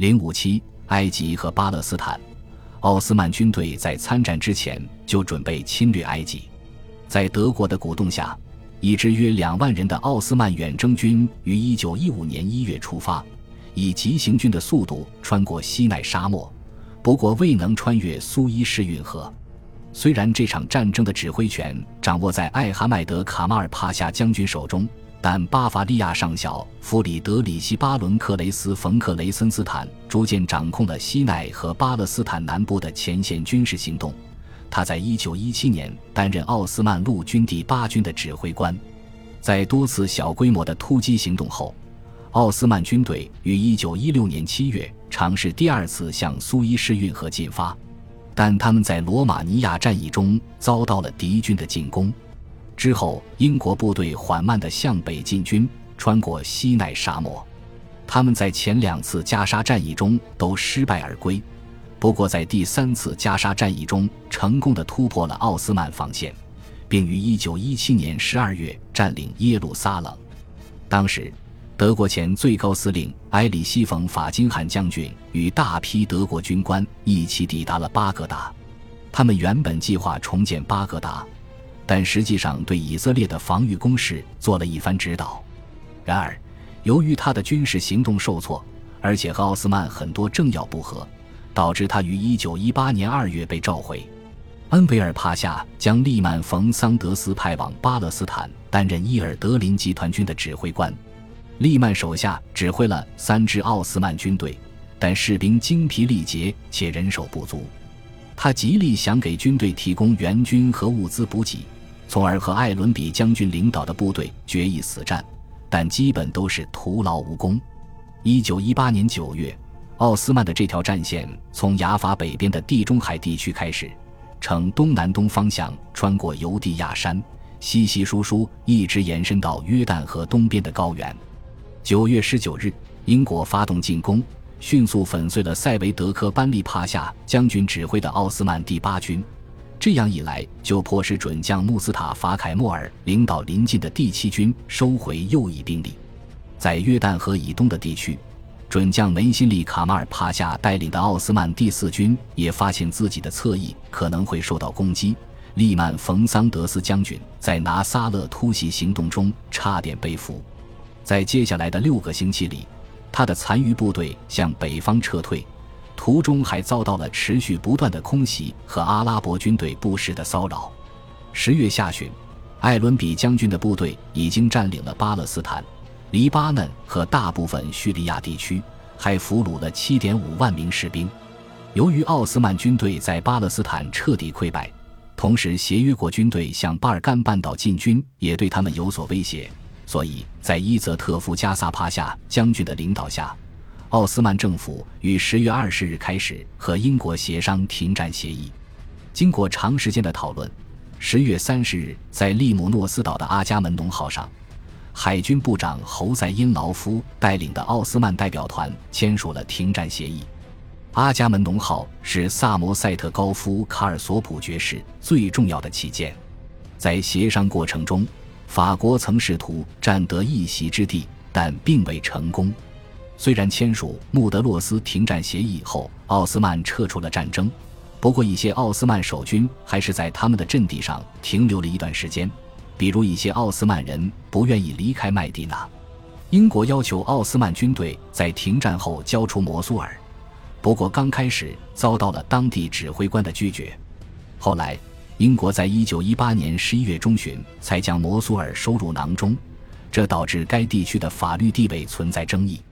057埃及和巴勒斯坦，奥斯曼军队在参战之前就准备侵略埃及。在德国的鼓动下，一支约2万人的奥斯曼远征军于1915年1月出发，以急行军的速度穿过西奈沙漠，不过未能穿越苏伊士运河。虽然这场战争的指挥权掌握在艾哈迈德·卡马尔帕夏将军手中，但巴伐利亚上校弗里德里希·巴伦克雷斯·冯克雷森斯坦逐渐掌控了西奈和巴勒斯坦南部的前线军事行动。他在1917年担任奥斯曼陆军第8军的指挥官。在多次小规模的突击行动后，奥斯曼军队于1916年7月尝试第2次向苏伊士运河进发，但他们在罗马尼亚战役中遭到了敌军的进攻。之后，英国部队缓慢地向北进军，穿过西奈沙漠。他们在前2次加沙战役中都失败而归，不过在第3次加沙战役中成功地突破了奥斯曼防线，并于1917年12月占领耶路撒冷。当时，德国前最高司令埃里希·冯·法金汉将军与大批德国军官一起抵达了巴格达。他们原本计划重建巴格达，但实际上对以色列的防御工事做了一番指导。然而，由于他的军事行动受挫，而且和奥斯曼很多政要不和，导致他于1918年2月被召回。恩维尔帕夏将利曼·冯·桑德斯派往巴勒斯坦担任伊尔德林集团军的指挥官。利曼手下指挥了3支奥斯曼军队，但士兵精疲力竭且人手不足。他极力想给军队提供援军和物资补给，从而和艾伦比将军领导的部队决一死战，但基本都是徒劳无功。1918年9月，奥斯曼的这条战线从雅法北边的地中海地区开始，呈东南东方向穿过犹地亚山，稀稀疏疏一直延伸到约旦河东边的高原。9月19日，英国发动进攻，迅速粉碎了塞维德科·班利帕夏将军指挥的奥斯曼第8军。这样一来，就迫使准将穆斯塔法·凯莫尔领导临近的第7军收回右翼兵力。在约旦河以东的地区，准将梅辛利·卡马尔帕夏带领的奥斯曼第4军也发现自己的侧翼可能会受到攻击。利曼·冯·桑德斯将军在拿撒勒突袭行动中差点被俘。在接下来的6个星期里，他的残余部队向北方撤退，途中还遭到了持续不断的空袭和阿拉伯军队不时的骚扰。10月下旬，艾伦比将军的部队已经占领了巴勒斯坦、黎巴嫩和大部分叙利亚地区，还俘虏了 7.5 万名士兵。由于奥斯曼军队在巴勒斯坦彻底溃败，同时协约国军队向巴尔干半岛进军也对他们有所威胁，所以在伊泽特夫加萨帕夏将军的领导下，奥斯曼政府于10月20日开始和英国协商停战协议。经过长时间的讨论，10月30日在利姆诺斯岛的阿加门农号上，海军部长侯赛因劳夫带领的奥斯曼代表团签署了停战协议。阿加门农号是萨摩塞特高夫卡尔索普爵士最重要的旗舰。在协商过程中，法国曾试图占得一席之地，但并未成功。虽然签署穆德洛斯停战协议后，奥斯曼撤出了战争，不过一些奥斯曼守军还是在他们的阵地上停留了一段时间，比如一些奥斯曼人不愿意离开麦地那。英国要求奥斯曼军队在停战后交出摩苏尔，不过刚开始遭到了当地指挥官的拒绝。后来英国在1918年11月中旬才将摩苏尔收入囊中，这导致该地区的法律地位存在争议。